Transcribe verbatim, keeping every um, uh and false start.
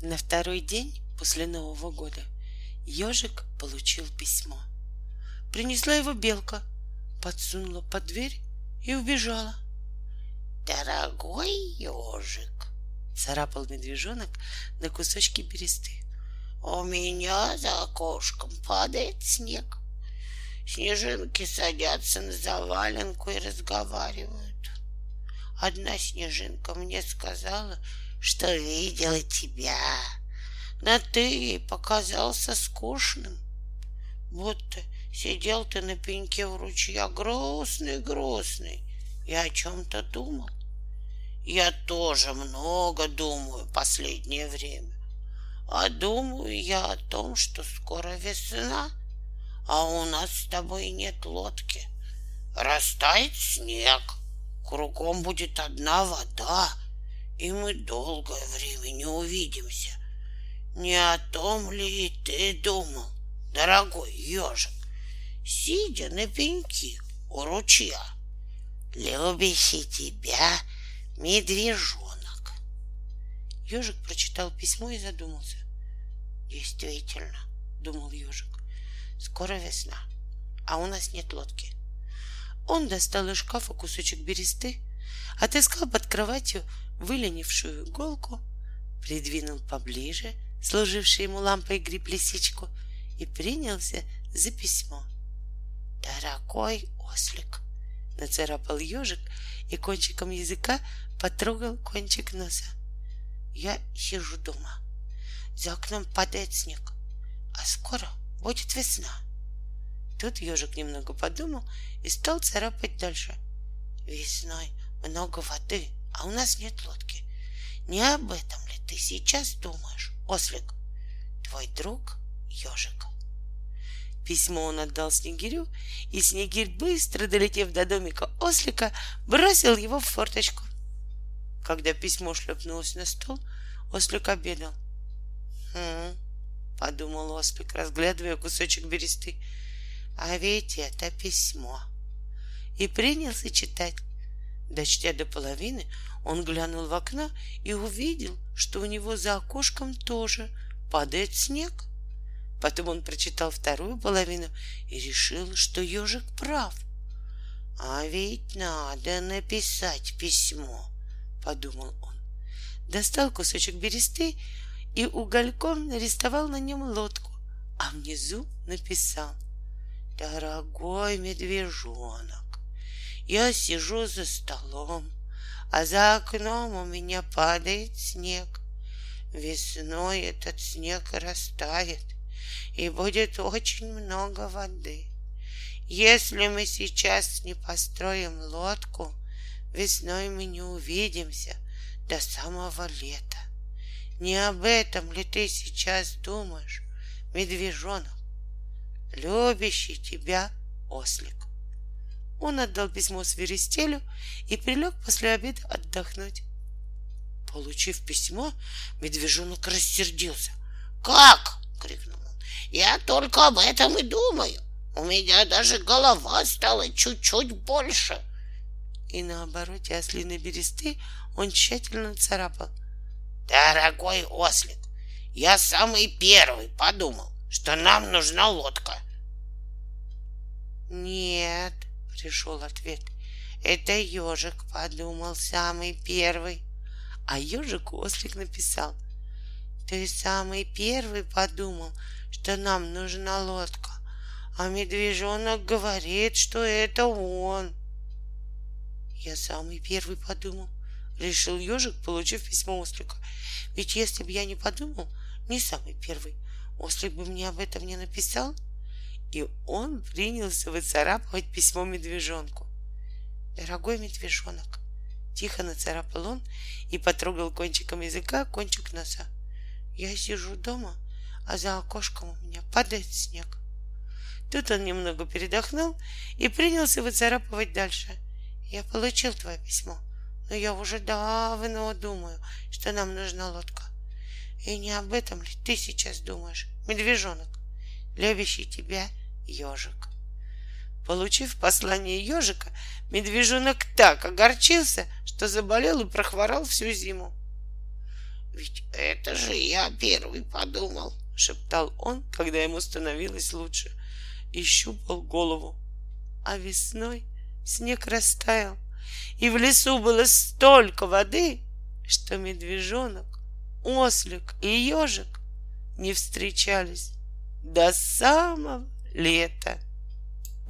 На второй день после Нового года ежик получил письмо. Принесла его белка, подсунула под дверь и убежала. Дорогой ежик, царапал медвежонок на кусочки бересты, у меня за окошком падает снег. Снежинки садятся на заваленку и разговаривают. Одна снежинка мне сказала, что видела тебя, но ты ей показался скучным. Будто сидел ты на пеньке у ручья грустный-грустный и о чем-то думал. Я тоже много думаю последнее время. А думаю я о том, что скоро весна, а у нас с тобой нет лодки. Растает снег, кругом будет одна вода, и мы долгое время не увидимся. Не о том ли и ты думал, дорогой ежик, сидя на пеньке у ручья? Любящий тебя медвежонок. Ежик прочитал письмо и задумался. Действительно, думал ежик, скоро весна, а у нас нет лодки. Он достал из шкафа кусочек бересты, отыскал под кроватью выленившую иголку, придвинул поближе служивший ему лампой гриб-лисичку и принялся за письмо. Дорогой ослик, нацарапал ежик и кончиком языка потрогал кончик носа. Я сижу дома. За окном падает снег, а скоро будет весна. Тут ежик немного подумал и стал царапать дальше. Весной много воды, а у нас нет лодки. Не об этом ли ты сейчас думаешь, ослик? Твой друг ежик. Письмо он отдал Снегирю, и Снегирь, быстро долетев до домика ослика, бросил его в форточку. Когда письмо шлепнулось на стол, ослик обедал. «Хм, — подумал ослик, разглядывая кусочек бересты, — а ведь это письмо. И принялся читать. Дочтя до половины, он глянул в окно и увидел, что у него за окошком тоже падает снег. Потом он прочитал вторую половину и решил, что ежик прав. А ведь надо написать письмо, подумал он. Достал кусочек бересты и угольком нарисовал на нем лодку, а внизу написал: дорогой медвежонок, я сижу за столом, а за окном у меня падает снег. Весной этот снег растает, и будет очень много воды. Если мы сейчас не построим лодку, весной мы не увидимся до самого лета. Не об этом ли ты сейчас думаешь, медвежонок? Любящий тебя ослик. Он отдал письмо свиристелю и прилег после обеда отдохнуть. Получив письмо, медвежонок рассердился. «Как?» — крикнул он. «Я только об этом и думаю. У меня даже голова стала чуть-чуть больше». И на обороте ослиной бересты он тщательно царапал: дорогой ослик, я самый первый подумал, что нам нужна лодка. Нет, пришел ответ, это ежик подумал самый первый. А ежику ослик написал: ты самый первый подумал, что нам нужна лодка, а медвежонок говорит, что это он. Я самый первый подумал, решил ежик, получив письмо ослика. Ведь если бы я не подумал, не самый первый, ослик бы мне об этом не написал. И он принялся выцарапывать письмо медвежонку. Дорогой медвежонок, тихо нацарапал он и потрогал кончиком языка кончик носа. Я сижу дома, а за окошком у меня падает снег. Тут он немного передохнул и принялся выцарапывать дальше. Я получил твое письмо, но я уже давно думаю, что нам нужна лодка. И не об этом ли ты сейчас думаешь, медвежонок, любящий тебя ежик? Получив послание ежика, медвежонок так огорчился, что заболел и прохворал всю зиму. Ведь это же я первый подумал, — шептал он, когда ему становилось лучше, и щупал голову. А весной снег растаял, и в лесу было столько воды, что медвежонок, ослик и ежик не встречались до самого лета.